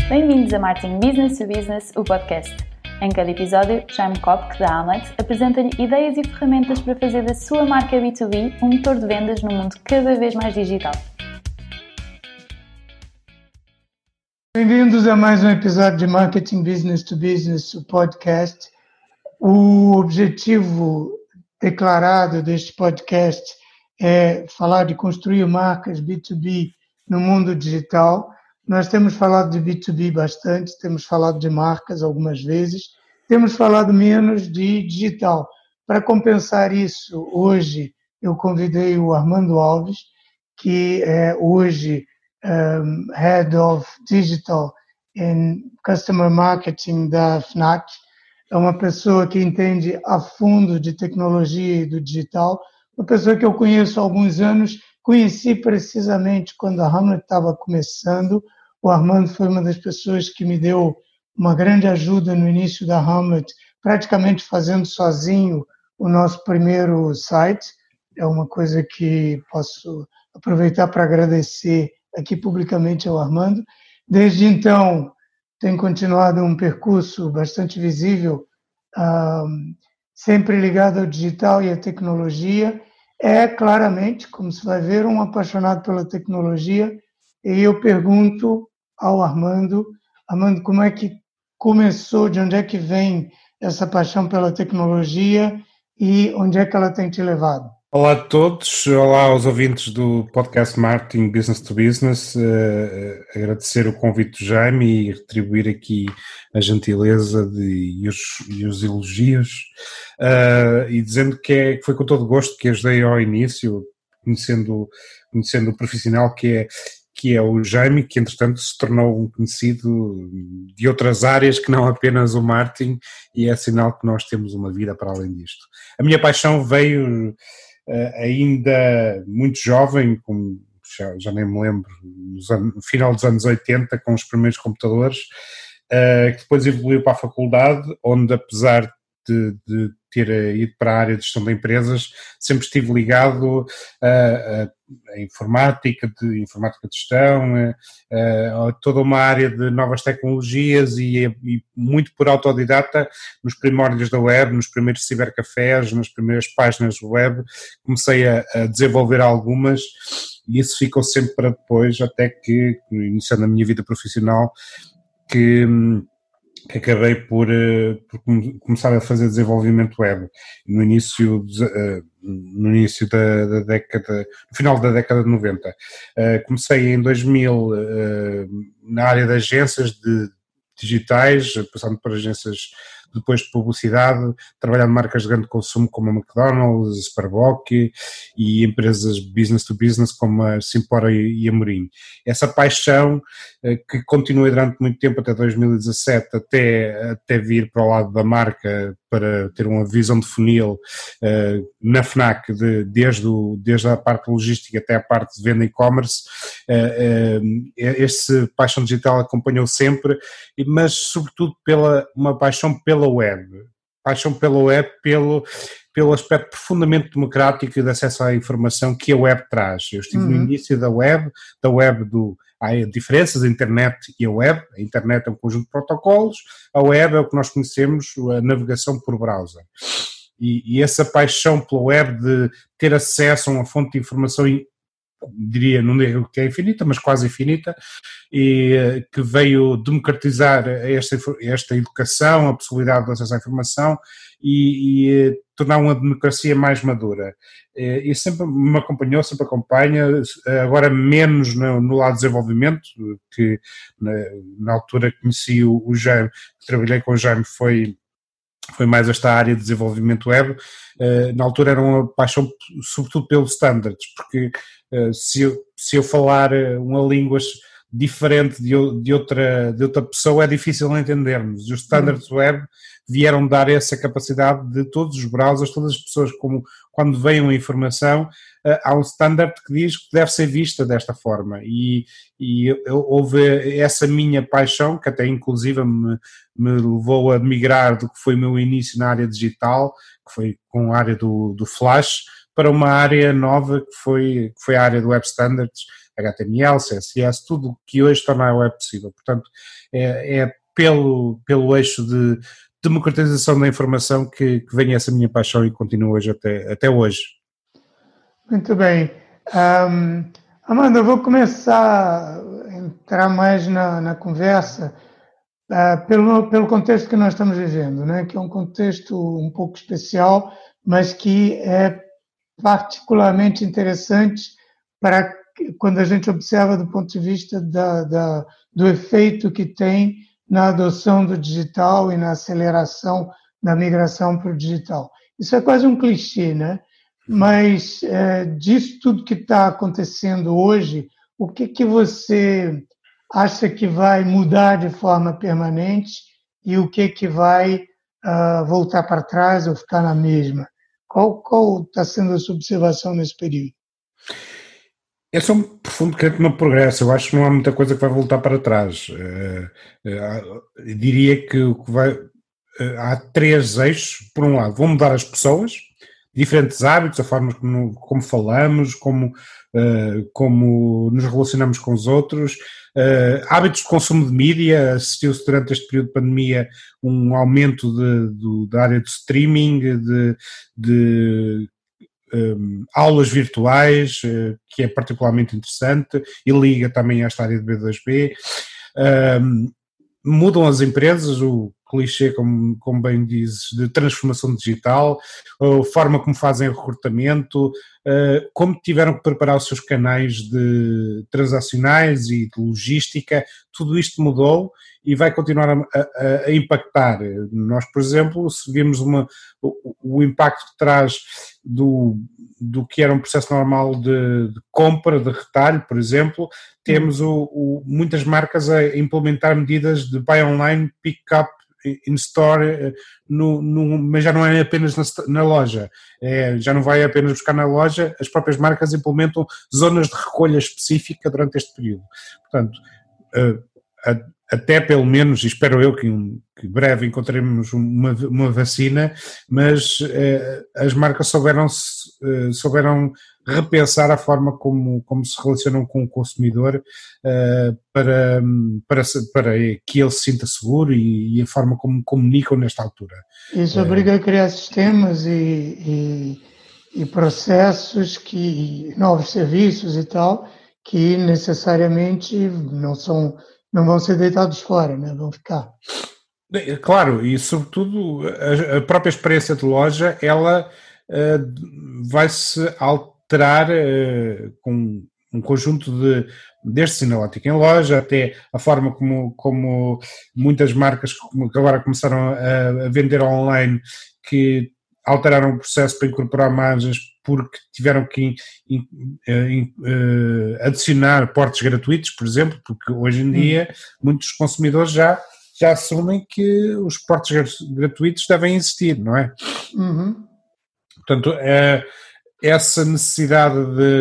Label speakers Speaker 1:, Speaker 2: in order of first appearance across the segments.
Speaker 1: Bem-vindos a Marketing Business to Business, o podcast. Em cada episódio, Jaime Kopk, da Hamlet, apresenta-lhe ideias e ferramentas para fazer da sua marca B2B um motor de vendas num mundo cada vez mais digital.
Speaker 2: Bem-vindos a mais um episódio de Marketing Business to Business, o podcast. O objetivo declarado deste podcast é falar de construir marcas B2B no mundo digital. Nós temos falado de B2B bastante, temos falado de marcas algumas vezes, temos falado menos de digital. Para compensar isso, hoje eu convidei o Armando Alves, que é hoje Head of Digital and Customer Marketing da Fnac. É uma pessoa que entende a fundo de tecnologia e do digital, uma pessoa que eu conheço há alguns anos, conheci precisamente quando a Hamlet estava começando. O Armando foi uma das pessoas que me deu uma grande ajuda no início da Hamlet, praticamente fazendo sozinho o nosso primeiro site. É uma coisa que posso aproveitar para agradecer aqui publicamente ao Armando. Desde então, tem continuado um percurso bastante visível, sempre ligado ao digital e à tecnologia. É claramente, como se vai ver, um apaixonado pela tecnologia. E eu pergunto ao Armando, como é que começou, de onde é que vem essa paixão pela tecnologia e onde é que ela tem te levado?
Speaker 3: Olá a todos, olá aos ouvintes do podcast Marketing Business to Business. Agradecer o convite do Jaime e retribuir aqui a gentileza e os elogios, e dizendo que foi com todo gosto que ajudei ao início, conhecendo o profissional que é o Jaime, que entretanto se tornou um conhecido de outras áreas que não apenas o marketing, e é sinal que nós temos uma vida para além disto. A minha paixão veio ainda muito jovem, já nem me lembro, no final dos anos 80, com os primeiros computadores, que depois evoluiu para a faculdade, onde apesar de ter ido para a área de gestão de empresas, sempre estive ligado a informática de gestão, a toda uma área de novas tecnologias e muito por autodidata, nos primórdios da web, nos primeiros cibercafés, nas primeiras páginas web, comecei a desenvolver algumas, e isso ficou sempre para depois, até que, iniciando a minha vida profissional, que acabei por começar a fazer desenvolvimento web no final da década de 90. Comecei em 2000 na área de agências de digitais, passando por agências depois de publicidade, trabalhando marcas de grande consumo como a McDonald's, a Superboc e empresas business to business como a Simpora e a Amorim. Essa paixão que continuei durante muito tempo, até 2017, até vir para o lado da marca, para ter uma visão de funil na Fnac, desde a parte logística até a parte de venda e-commerce. Esse paixão digital acompanhou sempre, mas sobretudo uma paixão pela web. Paixão pela web, pelo aspecto profundamente democrático e de acesso à informação que a web traz. Eu estive no início da web há diferenças, a internet e a web. A internet é um conjunto de protocolos, a web é o que nós conhecemos, a navegação por browser. E essa paixão pela web, de ter acesso a uma fonte de informação, diria, não digo que é infinita, mas quase infinita, e que veio democratizar esta educação, a possibilidade de acesso à informação e tornar uma democracia mais madura. E sempre me acompanhou, sempre acompanha, agora menos no lado de desenvolvimento, que na altura conheci o Jaime, trabalhei com o Jaime, foi mais esta área de desenvolvimento web. Na altura era uma paixão sobretudo pelos standards, porque se eu falar uma língua diferente de outra pessoa é difícil entendermos. Os standards web vieram dar essa capacidade de todos os browsers, todas as pessoas, quando veem uma informação, há um standard que diz que deve ser vista desta forma, e houve essa minha paixão, que até inclusive me levou a migrar do que foi o meu início na área digital, que foi com a área do Flash, para uma área nova que foi a área do Web Standards, HTML, CSS, tudo o que hoje torna a web possível. Portanto, é pelo eixo de democratização da informação que vem essa minha paixão e continua hoje até hoje.
Speaker 2: Muito bem. Amanda, eu vou começar a entrar mais na conversa pelo contexto que nós estamos vivendo, né? Que é um contexto um pouco especial, mas que é particularmente interessante para quando a gente observa do ponto de vista do efeito que tem na adoção do digital e na aceleração da migração para o digital. Isso é quase um clichê, né? Mas disso tudo que está acontecendo hoje, o que você acha que vai mudar de forma permanente e o que vai voltar para trás ou ficar na mesma? Qual está sendo a sua observação nesse período?
Speaker 3: Eu sou um profundo crente no progresso. Eu acho que não há muita coisa que vai voltar para trás. Diria que há 3 eixos. Por um lado, vão mudar as pessoas, diferentes hábitos, a forma como falamos, como nos relacionamos com os outros, hábitos de consumo de mídia. Assistiu-se durante este período de pandemia um aumento da área de streaming, de aulas virtuais, que é particularmente interessante e liga também a esta área de B2B. Mudam as empresas, o clichê, como bem dizes, de transformação digital, a forma como fazem o recrutamento, como tiveram que preparar os seus canais transacionais e de logística, tudo isto mudou e vai continuar a impactar. Nós, por exemplo, se vimos o impacto que traz do que era um processo normal de compra, de retalho, por exemplo, temos muitas marcas a implementar medidas de buy online, pick up in store, mas já não é apenas na loja, já não vai apenas buscar na loja, as próprias marcas implementam zonas de recolha específica durante este período. Portanto, até pelo menos, e espero eu que breve encontremos uma vacina, mas as marcas souberam repensar a forma como se relacionam com o consumidor para que ele se sinta seguro e a forma como comunicam nesta altura.
Speaker 2: Isso obriga a criar sistemas e processos, novos serviços e tal, que necessariamente não vão ser deitados fora, né? Vão ficar.
Speaker 3: Claro, e sobretudo a própria experiência de loja, ela vai-se alterar com um conjunto desde sinalética em loja até a forma como muitas marcas que agora começaram a vender online, que alteraram o processo para incorporar margens porque tiveram que adicionar portos gratuitos, por exemplo, porque hoje em dia muitos consumidores já assumem que os portos gratuitos devem existir, não é?
Speaker 2: Uhum.
Speaker 3: Portanto, essa necessidade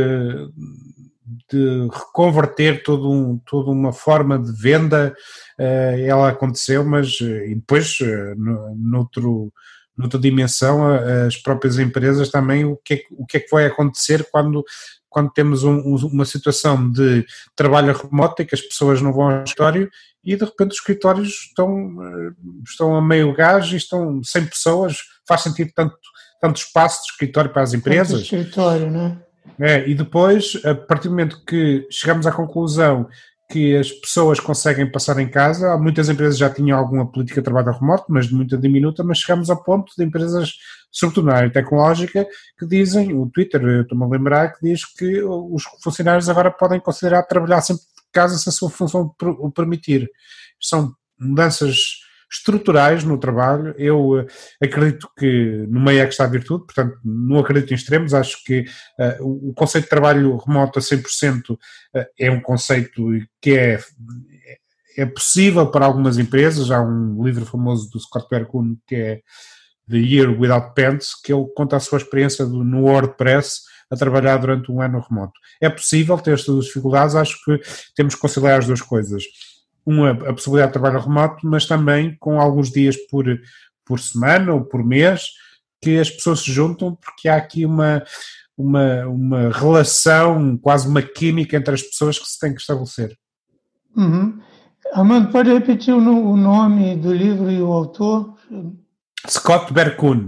Speaker 3: de reconverter toda uma forma de venda, ela aconteceu, mas e depois, noutra dimensão, as próprias empresas também, o que é que vai acontecer quando temos uma situação de trabalho remoto e que as pessoas não vão ao escritório e de repente os escritórios estão a meio gás e estão sem pessoas. Faz sentido tanto espaço de escritório para as empresas.
Speaker 2: Tanto escritório, né?
Speaker 3: E depois, a partir do momento que chegamos à conclusão que as pessoas conseguem passar em casa, muitas empresas já tinham alguma política de trabalho remoto, mas de muita diminuta, mas chegamos ao ponto de empresas, sobretudo na área tecnológica, que dizem, o Twitter, eu estou-me a lembrar, que diz que os funcionários agora podem considerar trabalhar sempre de casa se a sua função o permitir. São mudanças estruturais no trabalho. Eu acredito que no meio é que está a virtude, portanto não acredito em extremos. Acho que o conceito de trabalho remoto a 100% é um conceito que é possível para algumas empresas. Há um livro famoso do Scott Berkun que é The Year Without Pants, que ele conta a sua experiência no WordPress a trabalhar durante um ano remoto. É possível ter estas dificuldades. Acho que temos que conciliar as duas coisas. A possibilidade de trabalho remoto, mas também com alguns dias por semana ou por mês que as pessoas se juntam, porque há aqui uma relação, quase uma química entre as pessoas que se tem que estabelecer.
Speaker 2: Uhum. Armando, pode repetir o nome do livro e o autor?
Speaker 3: Scott Berkun,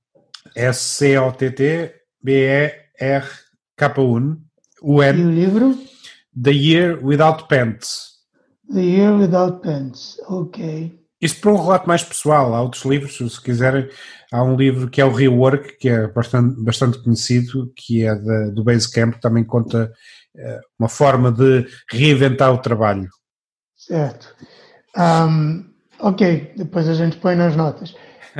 Speaker 3: SCOTTBERKUN, UN.
Speaker 2: E o livro?
Speaker 3: The Year Without Pants.
Speaker 2: The Year Without Pants, ok.
Speaker 3: Isto para um relato mais pessoal, há outros livros, se quiserem, há um livro que é o Rework, que é bastante conhecido, que é do Basecamp, que também conta uma forma de reinventar o trabalho.
Speaker 2: Certo. Ok, depois a gente põe nas notas.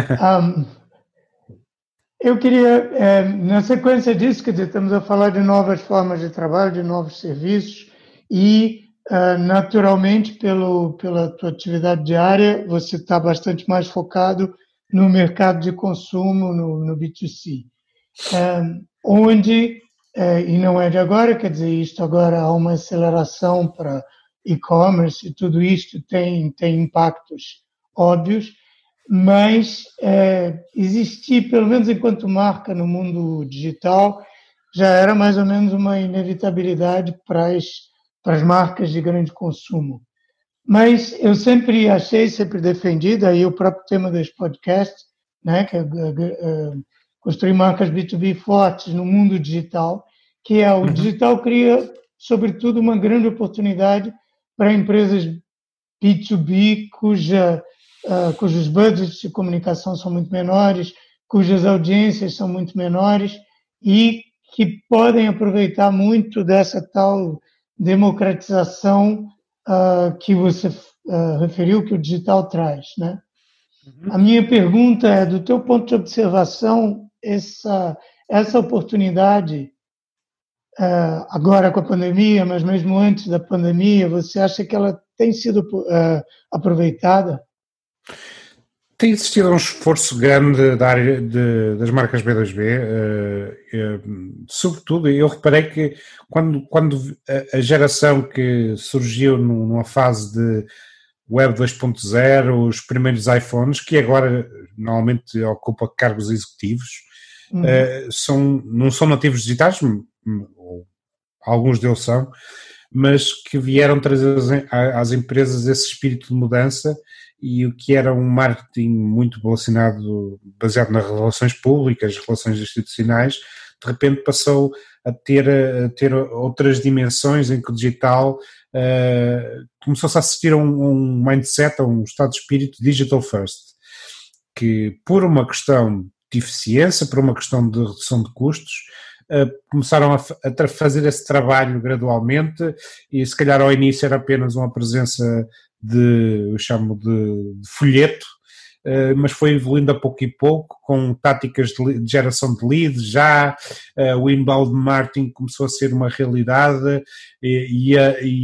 Speaker 2: Eu queria, na sequência disso, quer dizer, estamos a falar de novas formas de trabalho, de novos serviços e, naturalmente, pela tua atividade diária, você está bastante mais focado no mercado de consumo, no B2C, onde, e não é de agora, quer dizer, isto agora há uma aceleração para e-commerce e tudo isto tem impactos óbvios, mas existir, pelo menos enquanto marca no mundo digital, já era mais ou menos uma inevitabilidade para as marcas de grande consumo. Mas eu sempre defendi, daí o próprio tema desse podcast, né, que é construir marcas B2B fortes no mundo digital, que é o digital cria, sobretudo, uma grande oportunidade para empresas B2B cujos budgets de comunicação são muito menores, cujas audiências são muito menores e que podem aproveitar muito dessa tal democratização que você referiu, que o digital traz, né? A minha pergunta é, do teu ponto de observação, essa oportunidade, agora com a pandemia, mas mesmo antes da pandemia, você acha que ela tem sido aproveitada?
Speaker 3: Tem existido um esforço grande da área das marcas B2B, sobretudo, eu reparei que quando a geração que surgiu numa fase de Web 2.0, os primeiros iPhones, que agora normalmente ocupam cargos executivos, não são nativos digitais, ou alguns deles são, mas que vieram trazer às empresas esse espírito de mudança e o que era um marketing muito baseado nas relações públicas, relações institucionais, de repente passou a ter outras dimensões em que o digital começou-se a assistir a um mindset, a um estado de espírito digital first, que por uma questão de eficiência, por uma questão de redução de custos, começaram a fazer esse trabalho gradualmente e se calhar ao início era apenas uma presença eu chamo de folheto, mas foi evoluindo a pouco e pouco, com táticas de geração de leads, o inbound marketing começou a ser uma realidade e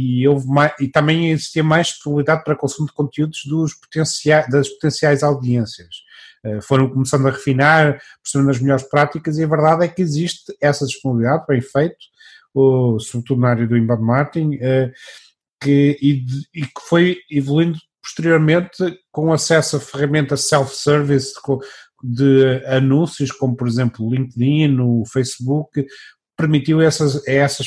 Speaker 3: também existia mais possibilidade para consumo de conteúdos das potenciais audiências. Foram começando a refinar, percebendo as melhores práticas e a verdade é que existe essa disponibilidade, bem feito, sobretudo na área do inbound marketing, que foi evoluindo posteriormente com acesso a ferramentas self-service de anúncios, como por exemplo o LinkedIn, o Facebook, permitiu a essas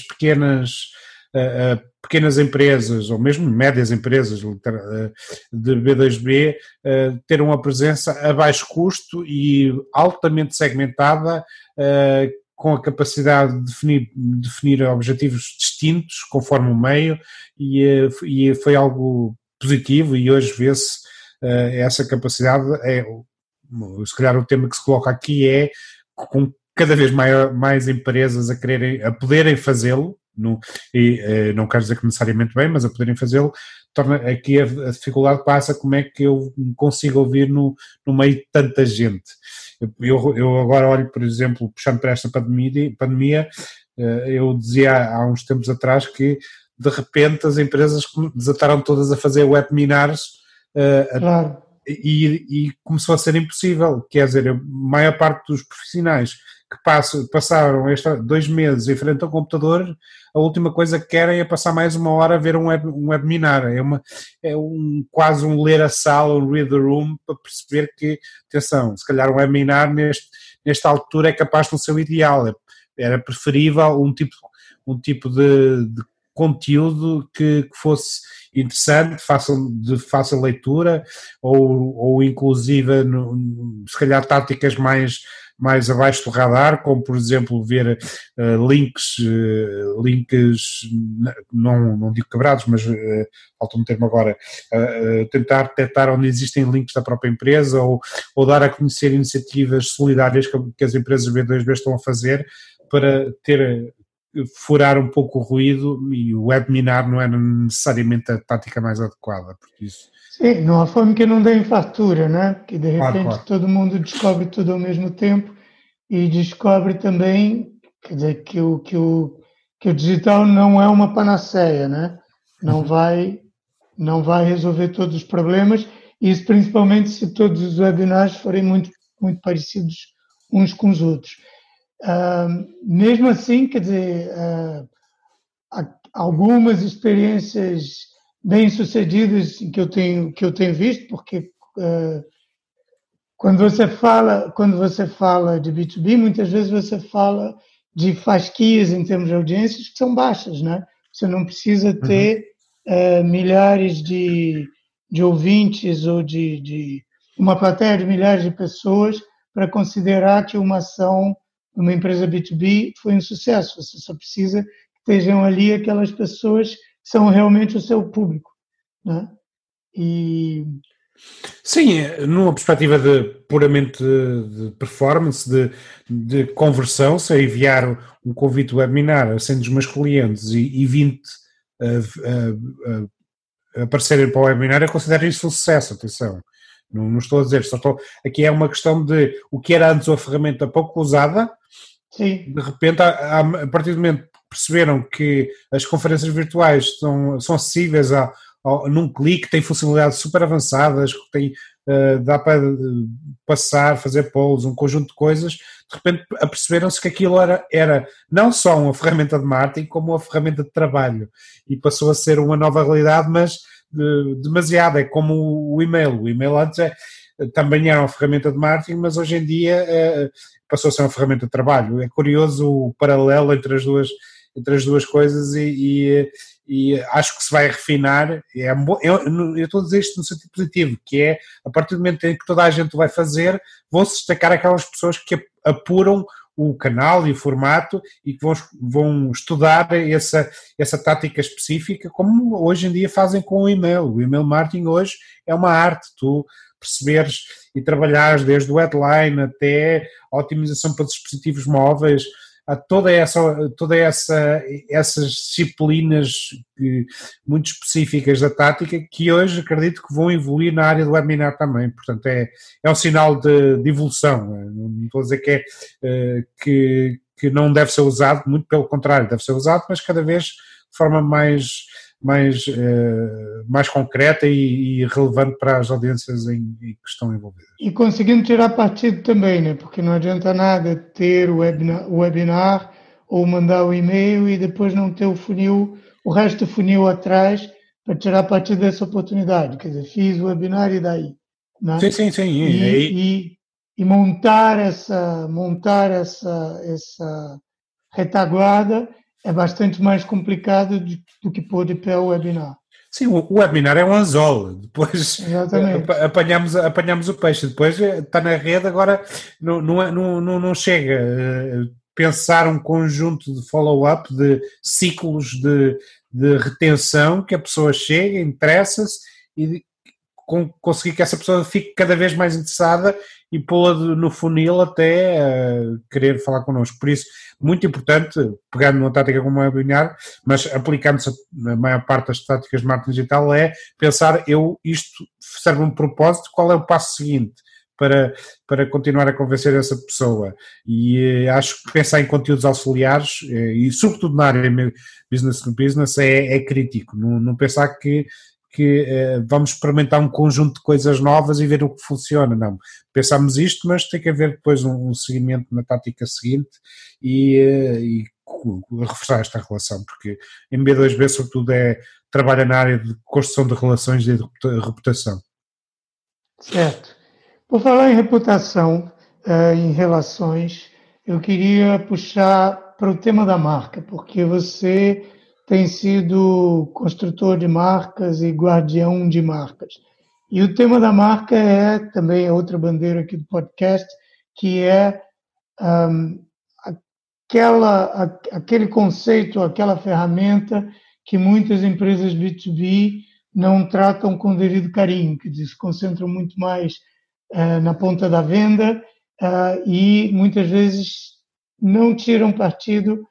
Speaker 3: pequenas empresas, ou mesmo médias empresas de B2B, ter uma presença a baixo custo e altamente segmentada, com a capacidade de definir objetivos distintos conforme o meio, e foi algo positivo, e hoje vê-se essa capacidade. Se calhar o tema que se coloca aqui é com cada vez mais empresas a poderem fazê-lo, não quero dizer que necessariamente bem, mas a poderem fazê-lo, torna aqui a dificuldade passa como é que eu consigo ouvir no meio de tanta gente. Eu agora olho, por exemplo, puxando para esta pandemia, eu dizia há uns tempos atrás que de repente as empresas desataram todas a fazer webinars,
Speaker 2: claro.
Speaker 3: E começou a ser impossível, quer dizer, a maior parte dos profissionais que passaram 2 meses em frente ao computador, a última coisa que querem é passar mais 1 hora a ver um webinar, quase um ler a sala, um read the room, para perceber que, atenção, se calhar um webinar nesta altura é capaz de não ser o ideal, era preferível um tipo de conteúdo que fosse interessante, de fácil leitura, ou inclusive, se calhar, táticas mais abaixo do radar, como por exemplo ver links, não digo quebrados, mas falta um termo agora, tentar detectar onde existem links da própria empresa, ou dar a conhecer iniciativas solidárias que as empresas B2B estão a fazer para furar um pouco o ruído, e o webinar não era necessariamente a tática mais adequada, porque isso...
Speaker 2: Sim, não há fome que não dê fartura, né? Que de repente
Speaker 3: claro.
Speaker 2: Todo mundo descobre tudo ao mesmo tempo e descobre também, quer dizer, que o digital não é uma panaceia, né? Não vai resolver todos os problemas, e isso principalmente se todos os webinars forem muito, muito parecidos uns com os outros. Mesmo assim, quer dizer, há algumas experiências bem-sucedidas que eu tenho visto, porque quando você fala de B2B, muitas vezes você fala de fasquias em termos de audiências que são baixas, né? Você não precisa ter milhares de ouvintes ou de uma plateia de milhares de pessoas para considerar que uma ação de uma empresa B2B foi um sucesso. Você só precisa que estejam ali aquelas pessoas que são realmente o seu público, né?
Speaker 3: Sim, numa perspectiva puramente de performance, de conversão, se eu enviar um convite webinar a 100 dos meus clientes e 20 aparecerem para o webinar, eu considero isso um sucesso, atenção. Não estou a dizer, aqui é uma questão de o que era antes uma ferramenta pouco usada.
Speaker 2: Sim.
Speaker 3: De repente, a partir do momento que perceberam que as conferências virtuais são acessíveis num clique, têm funcionalidades super avançadas, dá para passar, fazer polls, um conjunto de coisas, de repente aperceberam-se que aquilo era não só uma ferramenta de marketing, como uma ferramenta de trabalho, e passou a ser uma nova realidade, mas demasiado. É como o e-mail. O e-mail antes também era uma ferramenta de marketing, mas hoje em dia passou a ser uma ferramenta de trabalho. É curioso o paralelo entre as duas coisas, e acho que se vai refinar. Eu estou a dizer isto no sentido positivo, que é, a partir do momento em que toda a gente vai fazer, vão-se destacar aquelas pessoas que apuram o canal e o formato e que vão estudar essa tática específica, como hoje em dia fazem com o e-mail. O e-mail marketing hoje é uma arte, tu perceberes e trabalhares desde o headline até a otimização para dispositivos móveis, a essas disciplinas muito específicas da tática, que hoje acredito que vão evoluir na área do webinar também. Portanto, é um sinal de evolução. Não estou a dizer que não deve ser usado, muito pelo contrário, deve ser usado, mas cada vez de forma mais concreta e relevante para as audiências que estão envolvidas.
Speaker 2: E conseguindo tirar partido também, né? Porque não adianta nada ter o webinar ou mandar o e-mail e depois não ter o resto do funil atrás para tirar partido dessa oportunidade. Quer dizer, fiz o webinar e daí, né?
Speaker 3: Sim.
Speaker 2: E montar essa retaguarda é bastante mais complicado do que pôr de pé o webinar.
Speaker 3: Sim, o webinar é um anzol, depois apanhamos o peixe, depois está na rede, agora não chega. Pensar um conjunto de follow-up, de ciclos de retenção, que a pessoa chega, interessa-se e conseguir que essa pessoa fique cada vez mais interessada e pô-la no funil até querer falar connosco. Por isso, muito importante, pegando numa tática como o webinar, mas aplicando-se na maior parte das táticas de marketing digital, é pensar, isto serve um propósito, qual é o passo seguinte para continuar a convencer essa pessoa? E acho que pensar em conteúdos auxiliares, e sobretudo na área business to business, é crítico. Não pensar que vamos experimentar um conjunto de coisas novas e ver o que funciona, não. Pensamos isto, mas tem que haver depois um seguimento na tática seguinte e reforçar esta relação, porque em B2B sobretudo trabalha na área de construção de relações e de reputação.
Speaker 2: Certo. Por falar em reputação, em relações, eu queria puxar para o tema da marca, porque você tem sido construtor de marcas e guardião de marcas. E o tema da marca é também outra bandeira aqui do podcast, que é aquele conceito, aquela ferramenta que muitas empresas B2B não tratam com devido carinho, que se concentram muito mais na ponta da venda e muitas vezes não tiram partido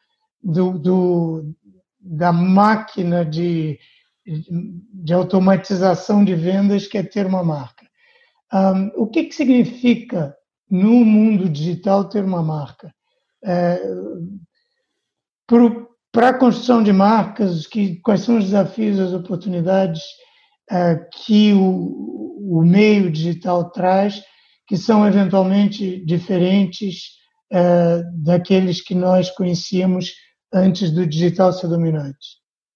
Speaker 2: da máquina de automatização de vendas que é ter uma marca. O que significa no mundo digital ter uma marca? Para a construção de marcas, quais são os desafios, as oportunidades que o meio digital traz, que são eventualmente diferentes daqueles que nós conhecíamos antes do digital ser dominante?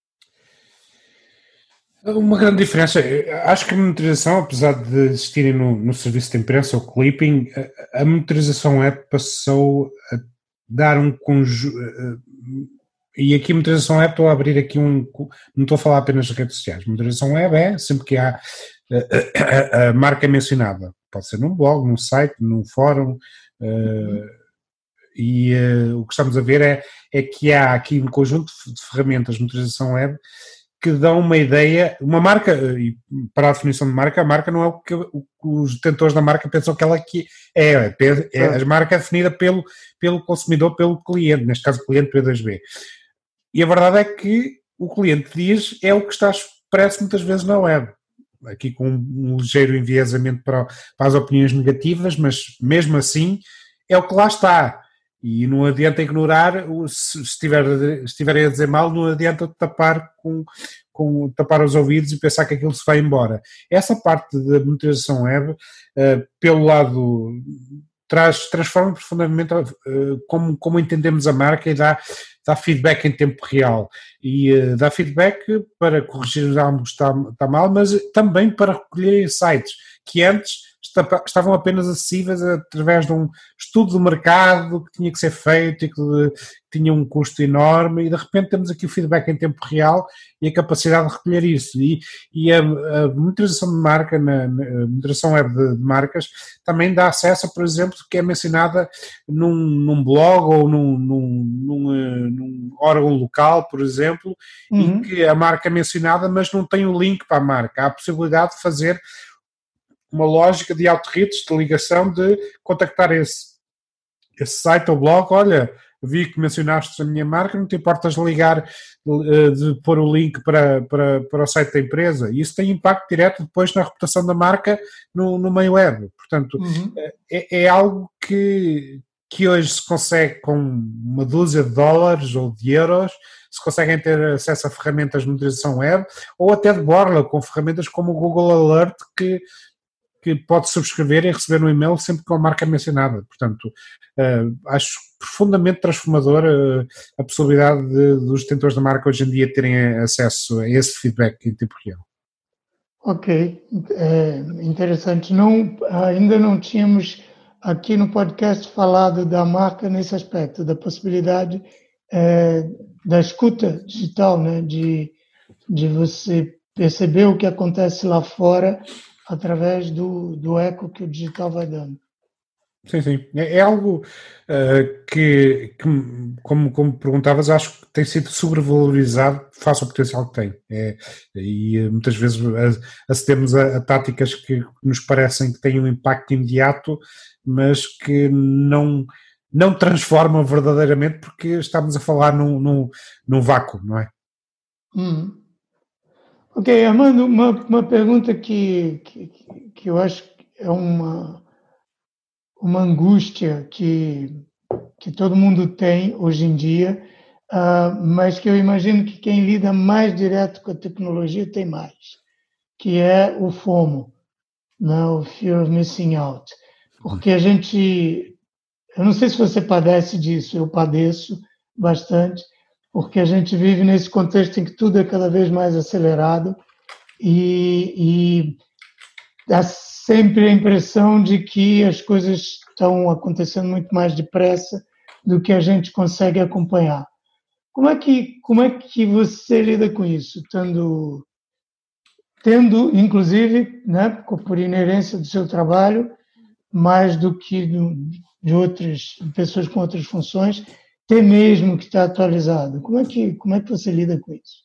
Speaker 3: Uma grande diferença, acho que a monitorização, apesar de existirem no serviço de imprensa, o clipping, a monitorização web passou a dar um conjunto, e aqui a monitorização web, estou a abrir aqui não estou a falar apenas de redes sociais, a monitorização web é sempre que há a marca mencionada, pode ser num blog, num site, num fórum, e o que estamos a ver é que há aqui um conjunto de ferramentas de monitorização web que dão uma ideia, uma marca, e para a definição de marca, a marca não é o que os detentores da marca pensam que ela aqui a marca é definida pelo consumidor, pelo cliente, neste caso o cliente P2B. E a verdade é que o cliente diz é o que está expresso muitas vezes na web, aqui com um ligeiro enviesamento para as opiniões negativas, mas mesmo assim é o que lá está. E não adianta ignorar, se estiverem a dizer mal, não adianta tapar tapar os ouvidos e pensar que aquilo se vai embora. Essa parte da monitorização web, pelo lado, transforma profundamente como entendemos a marca e dá feedback em tempo real. E dá feedback para corrigir algo que está mal, mas também para recolher insights que antes estavam apenas acessíveis através de um estudo do mercado que tinha que ser feito e que tinha um custo enorme, e de repente temos aqui o feedback em tempo real e a capacidade de recolher isso. E a monitorização de marca, na monitorização web de marcas, também dá acesso, por exemplo, que é mencionada num blog ou num órgão local, por exemplo, e que a marca é mencionada, mas não tem o link para a marca. Há a possibilidade de fazer uma lógica de outreach, de ligação, de contactar esse site ou blog. Olha, vi que mencionaste a minha marca, não te importas de ligar, de pôr o link para o site da empresa? E isso tem impacto direto depois na reputação da marca no meio web. Portanto, é algo que hoje se consegue com uma dúzia de dólares ou de euros, se conseguem ter acesso a ferramentas de monitorização web, ou até de borla, com ferramentas como o Google Alert, que pode subscrever e receber no e-mail sempre com a marca mencionada. Portanto, acho profundamente transformador a possibilidade dos detentores da marca hoje em dia terem acesso a esse feedback em tempo real.
Speaker 2: Ok, interessante. Ainda não tínhamos aqui no podcast falado da marca nesse aspecto, da possibilidade da escuta digital, né? De você perceber o que acontece lá fora através do eco que o digital vai dando.
Speaker 3: Sim, sim. É algo que como perguntavas, acho que tem sido sobrevalorizado face ao potencial que tem. E muitas vezes acedemos a táticas que nos parecem que têm um impacto imediato, mas que não transformam verdadeiramente, porque estamos a falar num vácuo, não é?
Speaker 2: Ok, Armando, uma pergunta que eu acho que é uma angústia que todo mundo tem hoje em dia, mas que eu imagino que quem lida mais direto com a tecnologia tem mais, que é o FOMO, né? O Fear of Missing Out. Porque eu não sei se você padece disso, eu padeço bastante, porque a gente vive nesse contexto em que tudo é cada vez mais acelerado e dá sempre a impressão de que as coisas estão acontecendo muito mais depressa do que a gente consegue acompanhar. Como é que você lida com isso, tendo inclusive, né, por inerência do seu trabalho, mais do que de outras pessoas com outras funções, ter mesmo que estar atualizado? Como é que você lida com isso?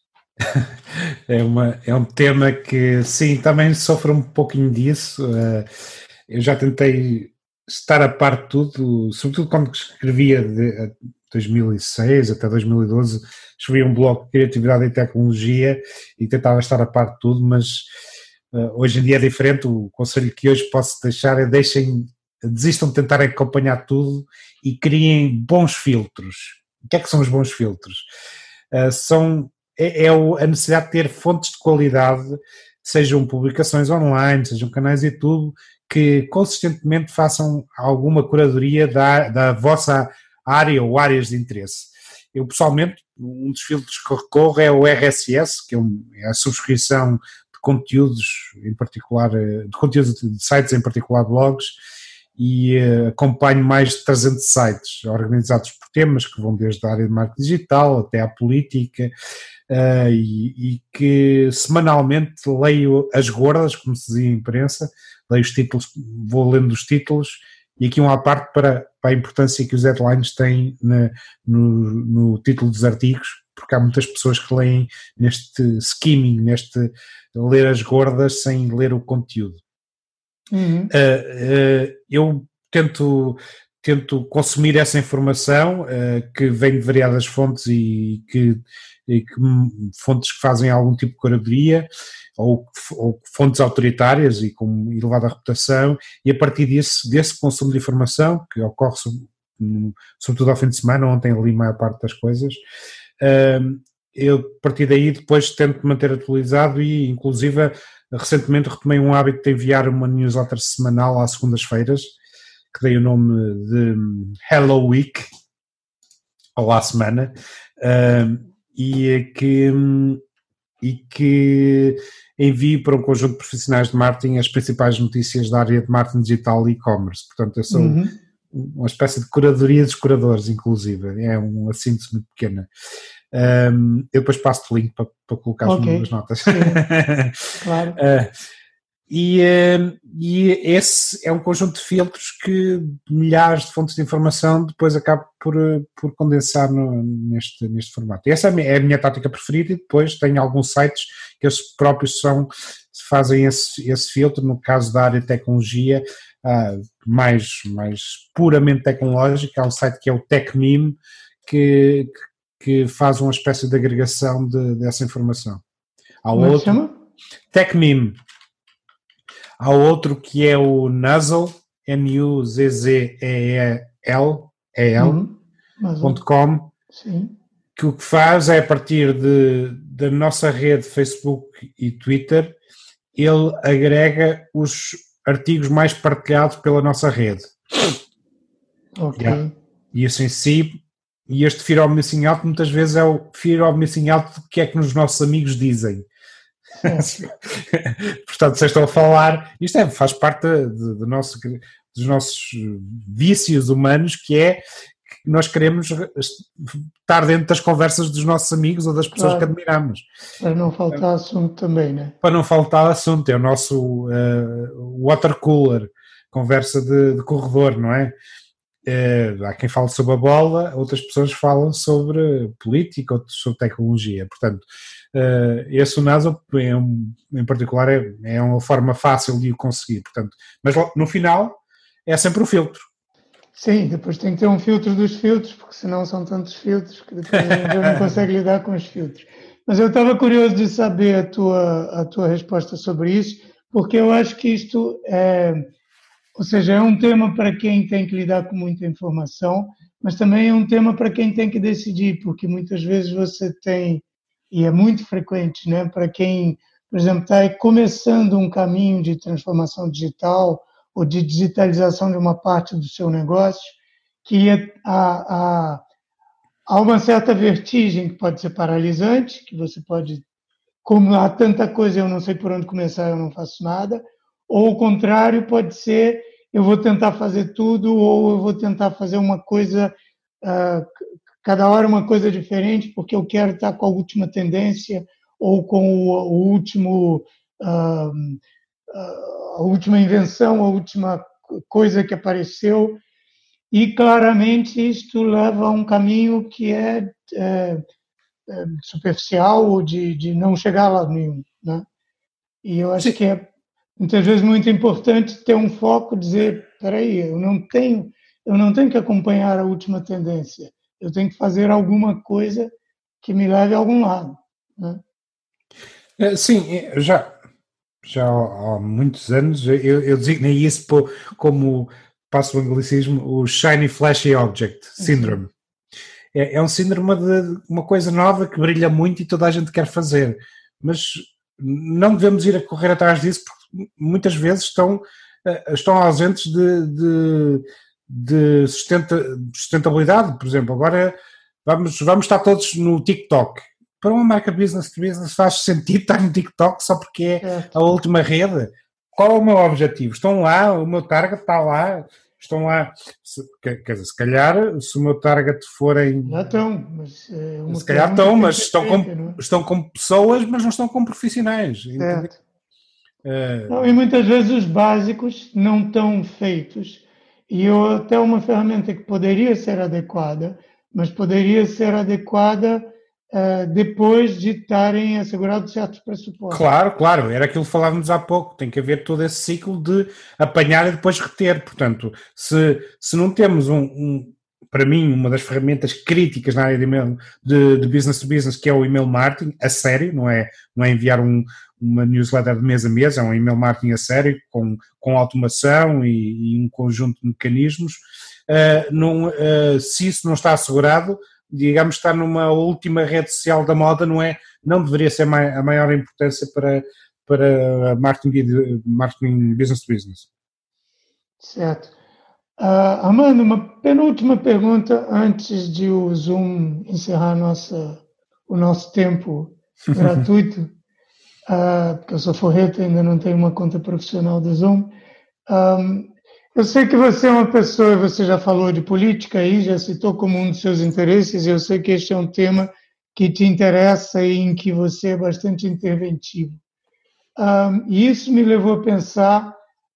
Speaker 3: É um tema que, sim, também sofro um pouquinho disso. Eu já tentei estar a par de tudo, sobretudo quando escrevia de 2006 até 2012, escrevia um blog de criatividade e tecnologia e tentava estar a par de tudo, mas hoje em dia é diferente. O conselho que hoje posso deixar é desistam de tentar acompanhar tudo e criem bons filtros. O que é que são os bons filtros? A necessidade de ter fontes de qualidade, sejam publicações online, sejam canais de YouTube, que consistentemente façam alguma curadoria da vossa área ou áreas de interesse. Eu, pessoalmente, um dos filtros que recorro é o RSS, que é a subscrição de conteúdos, em particular, de conteúdos de sites, em particular blogs, e acompanho mais de 300 sites organizados por temas que vão desde a área de marketing digital até à política, e que semanalmente leio as gordas, como se dizia em imprensa, leio os títulos, vou lendo os títulos, e aqui à parte para a importância que os headlines têm no título dos artigos, porque há muitas pessoas que leem neste skimming, neste ler as gordas sem ler o conteúdo.
Speaker 2: Uhum.
Speaker 3: Eu tento consumir essa informação que vem de variadas fontes e que fontes que fazem algum tipo de curadoria ou fontes autoritárias e com elevada reputação, e a partir desse consumo de informação, que ocorre sobretudo ao fim de semana, ontem li a maior parte das coisas, eu a partir daí depois tento manter atualizado e inclusive recentemente retomei um hábito de enviar uma newsletter semanal às segundas-feiras, que dei o nome de Hello Week, ou à semana, e que envio para um conjunto de profissionais de marketing as principais notícias da área de marketing digital e e-commerce. Portanto, eu sou uma espécie de curadoria dos curadores, inclusive. É uma síntese muito pequena. Eu depois passo-te o link para colocar nas notas.
Speaker 2: Sim, claro.
Speaker 3: E esse é um conjunto de filtros que milhares de fontes de informação depois acabo por condensar neste formato. E essa é a minha tática preferida, e depois tenho alguns sites que eles próprios fazem esse filtro. No caso da área de tecnologia, mais puramente tecnológica, há um site que é o TechMeme, que faz uma espécie de agregação dessa informação.
Speaker 2: Como é que chama?
Speaker 3: TechMeme. Há outro que é o Nuzzle, Nuzzle.com, que o que faz é, a partir da nossa rede Facebook e Twitter, ele agrega os artigos mais partilhados pela nossa rede.
Speaker 2: Ok.
Speaker 3: Yeah. E isso em si, e este Fear of Missing Out muitas vezes é o Fear of Missing Out do que é que os nossos amigos dizem. Portanto, vocês estão a falar, isto faz parte dos nossos vícios humanos, que é que nós queremos estar dentro das conversas dos nossos amigos ou das pessoas que admiramos.
Speaker 2: Para não faltar assunto também, né?
Speaker 3: Para não faltar assunto, é o nosso water cooler, conversa de corredor, não é? Há quem fale sobre a bola, outras pessoas falam sobre política, outros sobre tecnologia. Portanto, esse Nuzzle em particular é uma forma fácil de o conseguir. Portanto, mas no final é sempre o filtro.
Speaker 2: Sim, depois tem que ter um filtro dos filtros, porque senão são tantos filtros que depois não consegue lidar com os filtros. Mas eu estava curioso de saber a tua resposta sobre isso, porque eu acho que isto ou seja, é um tema para quem tem que lidar com muita informação, mas também é um tema para quem tem que decidir, porque muitas vezes você tem, e é muito frequente, né, para quem, por exemplo, está começando um caminho de transformação digital ou de digitalização de uma parte do seu negócio, que há uma certa vertigem que pode ser paralisante, que você pode, como há tanta coisa, eu não sei por onde começar, eu não faço nada, ou o contrário, pode ser, eu vou tentar fazer tudo, ou eu vou tentar fazer uma coisa cada hora uma coisa diferente, porque eu quero estar com a última tendência ou com o último, a última invenção, a última coisa que apareceu. E claramente isto leva a um caminho que é superficial ou de não chegar a lado nenhum, né? E eu acho que é muitas vezes muito importante ter um foco, dizer, espera aí, eu não tenho que acompanhar a última tendência, eu tenho que fazer alguma coisa que me leve a algum lado, né?
Speaker 3: Sim, já há muitos anos eu designei isso como, passo o anglicismo, o Shiny Flashy Object Syndrome. É um síndrome de uma coisa nova que brilha muito e toda a gente quer fazer, mas não devemos ir a correr atrás disso porque muitas vezes estão ausentes de sustentabilidade. Por exemplo, agora vamos estar todos no TikTok. Para uma marca business to business faz sentido estar no TikTok só porque é a última rede? Qual é o meu objetivo? Estão lá, o meu target está lá, estão lá, quer dizer, se calhar, se o meu target forem...
Speaker 2: Já estão, mas...
Speaker 3: se calhar estão, mas estão com pessoas, mas não estão com profissionais.
Speaker 2: Certo. Não, e muitas vezes os básicos não estão feitos. E até uma ferramenta que poderia ser adequada, mas poderia ser adequada depois de estarem assegurados certos pressupostos.
Speaker 3: Claro, era aquilo que falávamos há pouco, tem que haver todo esse ciclo de apanhar e depois reter. Portanto, se não temos para mim, uma das ferramentas críticas na área de email de business to business, que é o email marketing, a sério, não é enviar uma newsletter de mês a mês, é um email marketing a sério, com automação e um conjunto de mecanismos. Se isso não está assegurado, digamos, está numa última rede social da moda, não deveria ser a maior importância para marketing business to business.
Speaker 2: Certo. Amanda, uma penúltima pergunta antes de o Zoom encerrar o nosso tempo gratuito, porque eu sou forreta e ainda não tenho uma conta profissional do Zoom. Eu sei que você é uma pessoa, você já falou de política aí, já citou como um dos seus interesses, e eu sei que este é um tema que te interessa e em que você é bastante interventivo. E isso me levou a pensar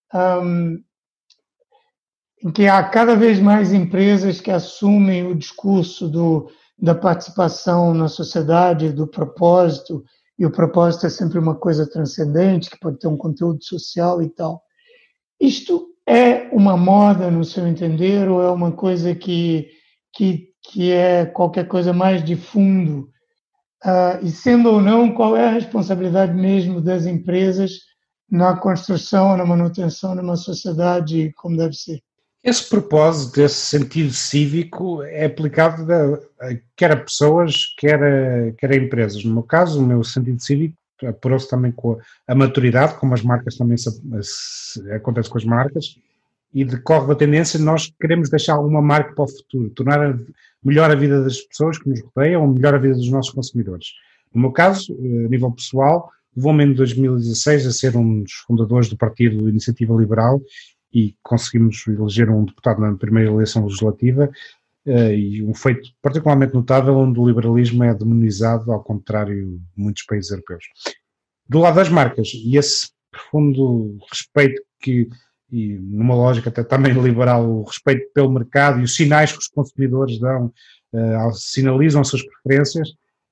Speaker 2: em que há cada vez mais empresas que assumem o discurso da participação na sociedade, do propósito, e o propósito é sempre uma coisa transcendente, que pode ter um conteúdo social e tal. Isto é uma moda, no seu entender, ou é uma coisa que é qualquer coisa mais de fundo? E sendo ou não, qual é a responsabilidade mesmo das empresas na construção, na manutenção de uma sociedade como deve ser?
Speaker 3: Esse propósito, esse sentido cívico é aplicado quer a pessoas, quer a empresas. No meu caso, o meu sentido cívico apurou-se também com a maturidade, como as marcas também acontece com as marcas, e decorre da tendência de nós queremos deixar alguma marca para o futuro, tornar melhor a vida das pessoas que nos rodeiam ou melhor a vida dos nossos consumidores. No meu caso, a nível pessoal, levou-me em 2016 a ser um dos fundadores do Partido Iniciativa Liberal e conseguimos eleger um deputado na primeira eleição legislativa, e um feito particularmente notável onde o liberalismo é demonizado, ao contrário de muitos países europeus. Do lado das marcas, e esse profundo respeito e numa lógica até também liberal, o respeito pelo mercado e os sinais que os consumidores dão, sinalizam as suas preferências,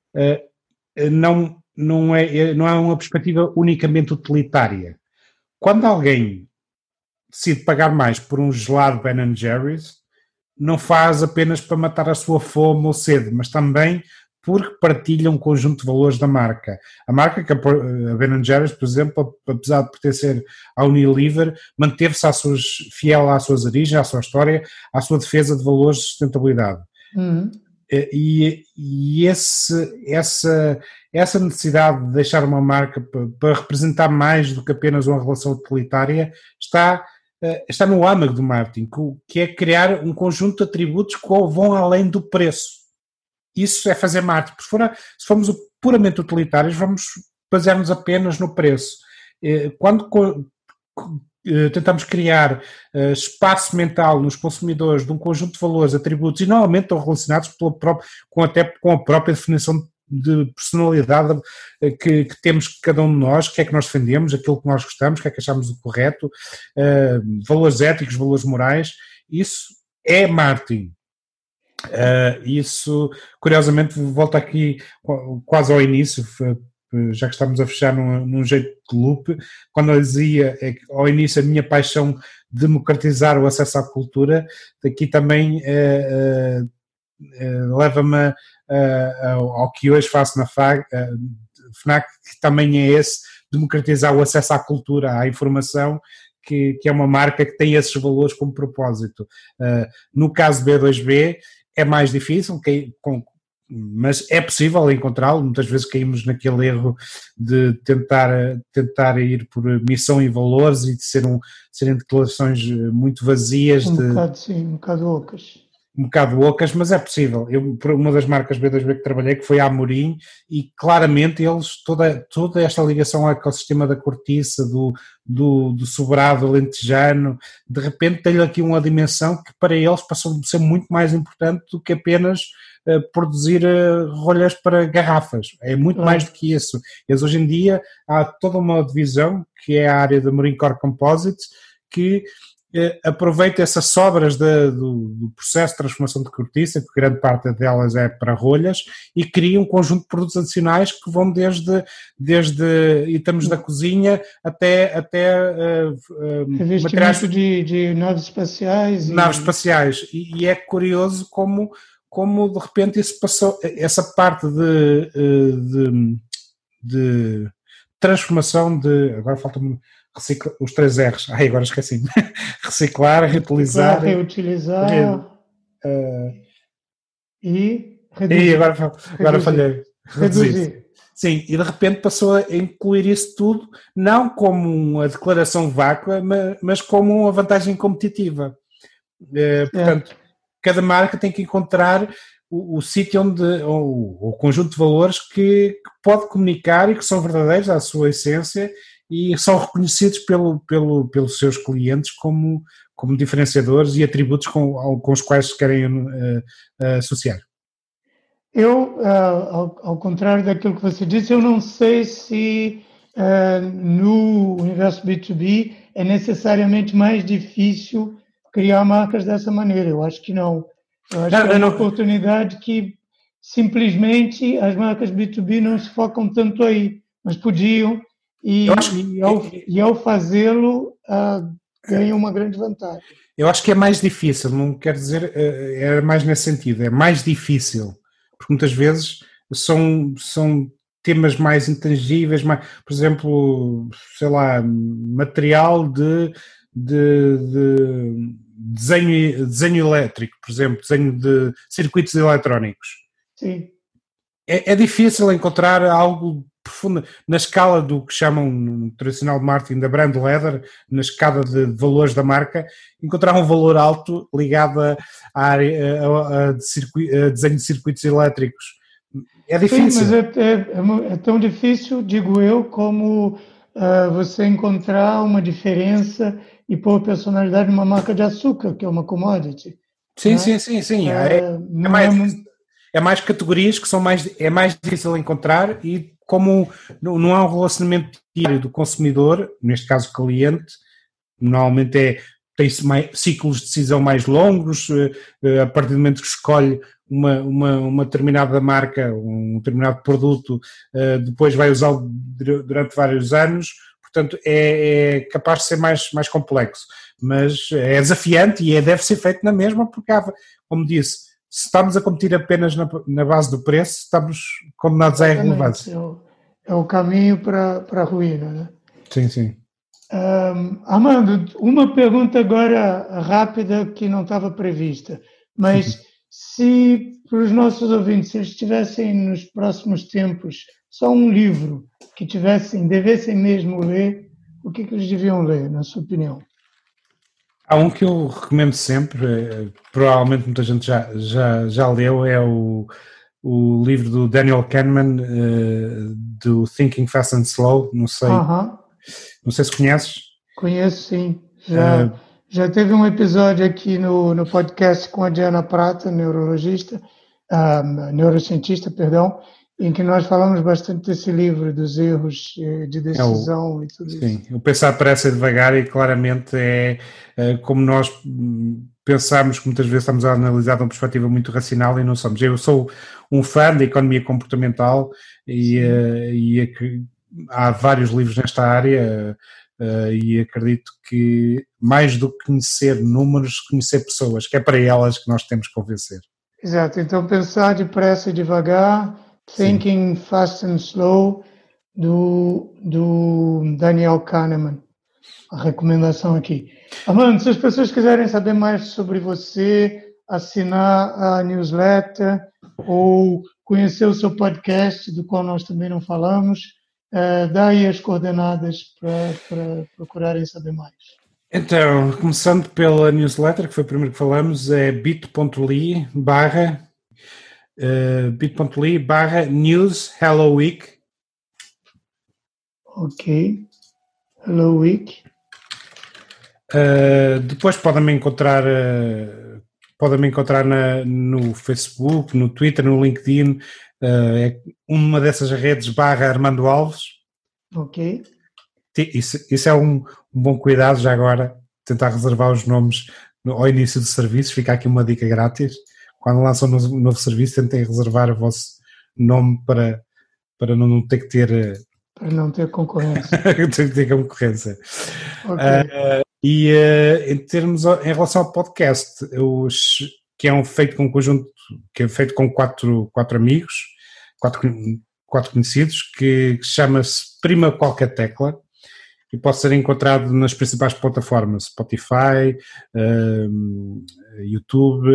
Speaker 3: não é uma perspectiva unicamente utilitária. Quando alguém decide pagar mais por um gelado Ben & Jerry's, não faz apenas para matar a sua fome ou sede, mas também porque partilha um conjunto de valores da marca. A marca, que a Ben & Jerry's, por exemplo, apesar de pertencer à Unilever, manteve-se fiel às suas origens, à sua história, à sua defesa de valores de sustentabilidade. E essa necessidade de deixar uma marca para representar mais do que apenas uma relação utilitária está no âmago do marketing, que é criar um conjunto de atributos que vão além do preço. Isso é fazer marketing. Se formos puramente utilitários, vamos basear-nos apenas no preço. Quando tentamos criar espaço mental nos consumidores de um conjunto de valores, atributos, e normalmente estão relacionados até com a própria definição de personalidade que temos cada um de nós, o que é que nós defendemos, aquilo que nós gostamos, o que é que achamos o correto, valores éticos, valores morais. Isso é marketing. Isso, curiosamente, volta aqui quase ao início, já que estamos a fechar num jeito de loop, quando eu dizia ao início a minha paixão de democratizar o acesso à cultura, daqui também leva-me ao que hoje faço na FNAC, que também é esse, democratizar o acesso à cultura, à informação, que é uma marca que tem esses valores como propósito. No caso B2B é mais difícil, mas é possível encontrá-lo. Muitas vezes caímos naquele erro de tentar ir por missão e valores e de serem declarações muito vazias.
Speaker 2: Um bocado ocas.
Speaker 3: Um bocado ocas, mas é possível. Uma das marcas B2B que trabalhei, que foi a Amorim, e claramente eles, toda esta ligação ao ecossistema da cortiça, do sobrado alentejano, de repente tem aqui uma dimensão que para eles passou a ser muito mais importante do que apenas produzir rolhas para garrafas. É muito mais do que isso. Eles hoje em dia há toda uma divisão, que é a área da Amorim Core Composites, que aproveita essas sobras do processo de transformação de cortiça, que grande parte delas é para rolhas, e cria um conjunto de produtos adicionais que vão desde itens da cozinha até
Speaker 2: materiais de naves espaciais.
Speaker 3: Naves espaciais. E é curioso como de repente isso passou, essa parte de transformação agora falta-me os 3 R's, agora esqueci-me. Reciclar, reutilizar,
Speaker 2: reutilizar e reduzir.
Speaker 3: E agora falhei. Reduzir. Sim, e de repente passou a incluir isso tudo, não como uma declaração vácua, mas como uma vantagem competitiva. Portanto, cada marca tem que encontrar o sítio ou o conjunto de valores que pode comunicar e que são verdadeiros à sua essência e são reconhecidos pelos seus clientes como diferenciadores e atributos com os quais se querem associar.
Speaker 2: Eu, ao contrário daquilo que você disse, eu não sei se no universo B2B é necessariamente mais difícil criar marcas dessa maneira. Eu acho que não. Eu acho que é uma oportunidade que simplesmente as marcas B2B não se focam tanto aí, mas podiam. E ao fazê-lo, ganha uma grande vantagem.
Speaker 3: Eu acho que é mais difícil, não quer dizer, é mais nesse sentido, é mais difícil, porque muitas vezes são temas mais intangíveis, por exemplo, sei lá, material de desenho elétrico, por exemplo, desenho de circuitos eletrónicos.
Speaker 2: Sim.
Speaker 3: É difícil encontrar algo profundo, na escala do que chamam no tradicional marketing da brand leather, na escala de valores da marca, encontrar um valor alto ligado à área a desenho de circuitos elétricos. É difícil.
Speaker 2: Sim, mas é tão difícil, digo eu, como você encontrar uma diferença e pôr personalidade numa marca de açúcar, que é uma commodity.
Speaker 3: Sim, né? sim. É mais categorias que é mais difícil encontrar e como não há um relacionamento diário do consumidor, neste caso cliente, normalmente tem-se ciclos de decisão mais longos, a partir do momento que escolhe uma determinada marca, um determinado produto, depois vai usá-lo durante vários anos, portanto é capaz de ser mais complexo, mas é desafiante e deve ser feito na mesma, porque como disse, se estamos a competir apenas na base do preço, estamos condenados à irrelevância.
Speaker 2: É o caminho para a ruína, né?
Speaker 3: Sim.
Speaker 2: Armando, uma pergunta agora rápida que não estava prevista, mas se para os nossos ouvintes, se eles tivessem nos próximos tempos só um livro que devessem mesmo ler, o que eles deviam ler, na sua opinião?
Speaker 3: Há um que eu recomendo sempre, provavelmente muita gente já leu, é o livro do Daniel Kahneman, do Thinking Fast and Slow, não sei se conheces.
Speaker 2: Conheço, sim. Já teve um episódio aqui no podcast com a Diana Prata, neurocientista, perdão, em que nós falamos bastante desse livro, dos erros de decisão e tudo isso.
Speaker 3: Sim, o pensar depressa e devagar, e claramente é como nós pensamos que muitas vezes estamos a analisar de uma perspectiva muito racional e não somos. Eu sou um fã da economia comportamental e há vários livros nesta área e acredito que mais do que conhecer números, conhecer pessoas, que é para elas que nós temos que convencer.
Speaker 2: Exato, então pensar depressa e devagar, Thinking Fast and Slow, do Daniel Kahneman, a recomendação aqui. Armando, se as pessoas quiserem saber mais sobre você, assinar a newsletter ou conhecer o seu podcast, do qual nós também não falamos, dá aí as coordenadas para procurarem saber mais.
Speaker 3: Então, começando pela newsletter, que foi o primeiro que falamos, é bit.ly/news Hello Week.
Speaker 2: Ok. Hello Week.
Speaker 3: Depois podem-me encontrar no Facebook, no Twitter, no LinkedIn, é uma dessas redes /Armando Alves.
Speaker 2: Ok.
Speaker 3: Isso é um bom cuidado já agora, tentar reservar os nomes ao início do serviço. Fica aqui uma dica grátis. Quando lançam um novo serviço, tentem reservar o vosso nome para não ter que ter...
Speaker 2: Para não ter concorrência.
Speaker 3: ter concorrência.
Speaker 2: Ok.
Speaker 3: Em relação ao podcast, que é feito com um conjunto, que é feito com quatro amigos, quatro conhecidos, que chama-se Prima Qualquer Tecla, e pode ser encontrado nas principais plataformas, Spotify, YouTube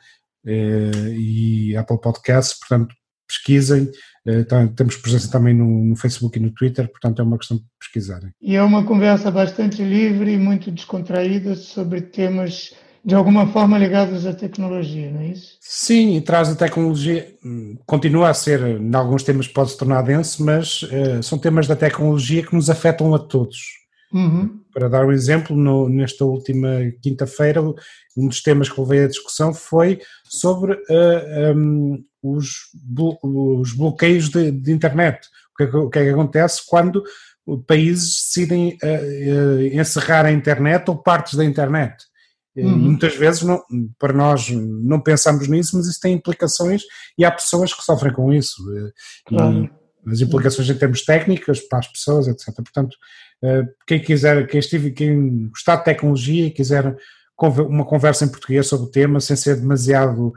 Speaker 3: e Apple Podcasts. Portanto, pesquisem. Temos presença também no Facebook e no Twitter, portanto é uma questão de pesquisarem.
Speaker 2: E é uma conversa bastante livre e muito descontraída sobre temas de alguma forma ligados à tecnologia, não é isso?
Speaker 3: Sim, e traz a tecnologia, continua a ser, em alguns temas pode se tornar denso, mas são temas da tecnologia que nos afetam a todos.
Speaker 2: Uhum.
Speaker 3: Para dar um exemplo, nesta última quinta-feira, um dos temas que levei à discussão foi sobre os bloqueios de internet. O que é que acontece quando países decidem encerrar a internet ou partes da internet? E muitas vezes para nós não pensamos nisso, mas isso tem implicações e há pessoas que sofrem com isso.
Speaker 2: Claro.
Speaker 3: E as implicações em termos técnicos para as pessoas, etc. Portanto, quem gostar de tecnologia e quiser uma conversa em português sobre o tema, sem ser demasiado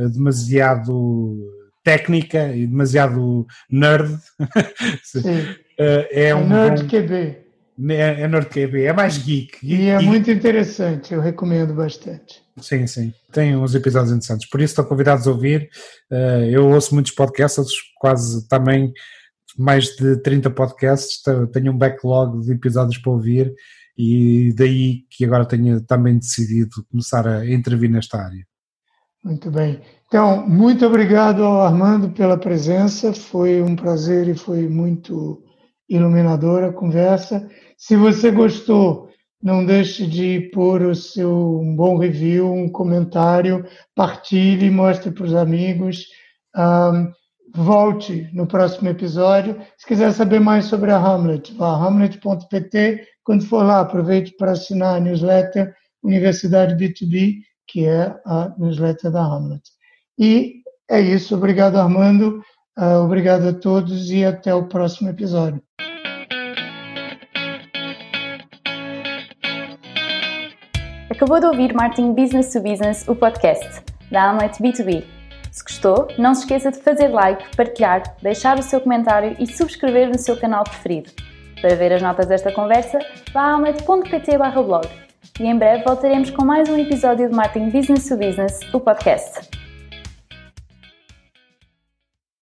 Speaker 3: técnica e demasiado nerd,
Speaker 2: é um nerd QB.
Speaker 3: É nerd QB, é mais geek.
Speaker 2: E é muito interessante, eu recomendo bastante.
Speaker 3: Sim, tem uns episódios interessantes, por isso estão convidados a ouvir. Eu ouço muitos podcasts, quase também mais de 30 podcasts, tenho um backlog de episódios para ouvir e daí que agora tenho também decidido começar a intervir nesta área.
Speaker 2: Muito bem. Então, muito obrigado ao Armando pela presença, foi um prazer e foi muito iluminadora a conversa. Se você gostou, não deixe de pôr um bom review, um comentário, partilhe, mostre para os amigos. Volte no próximo episódio. Se quiser saber mais sobre a Hamlet, vá a hamlet.pt. Quando for lá, aproveite para assinar a newsletter Universidade B2B, que é a newsletter da Hamlet. E é isso. Obrigado, Armando. Obrigado a todos e até o próximo episódio.
Speaker 1: Acabou de ouvir Marketing Business to Business, o podcast da Hamlet B2B. Se gostou, não se esqueça de fazer like, partilhar, deixar o seu comentário e subscrever no seu canal preferido. Para ver as notas desta conversa, vá a hamlet.pt/blog. E em breve voltaremos com mais um episódio de Marketing Business to Business, o podcast.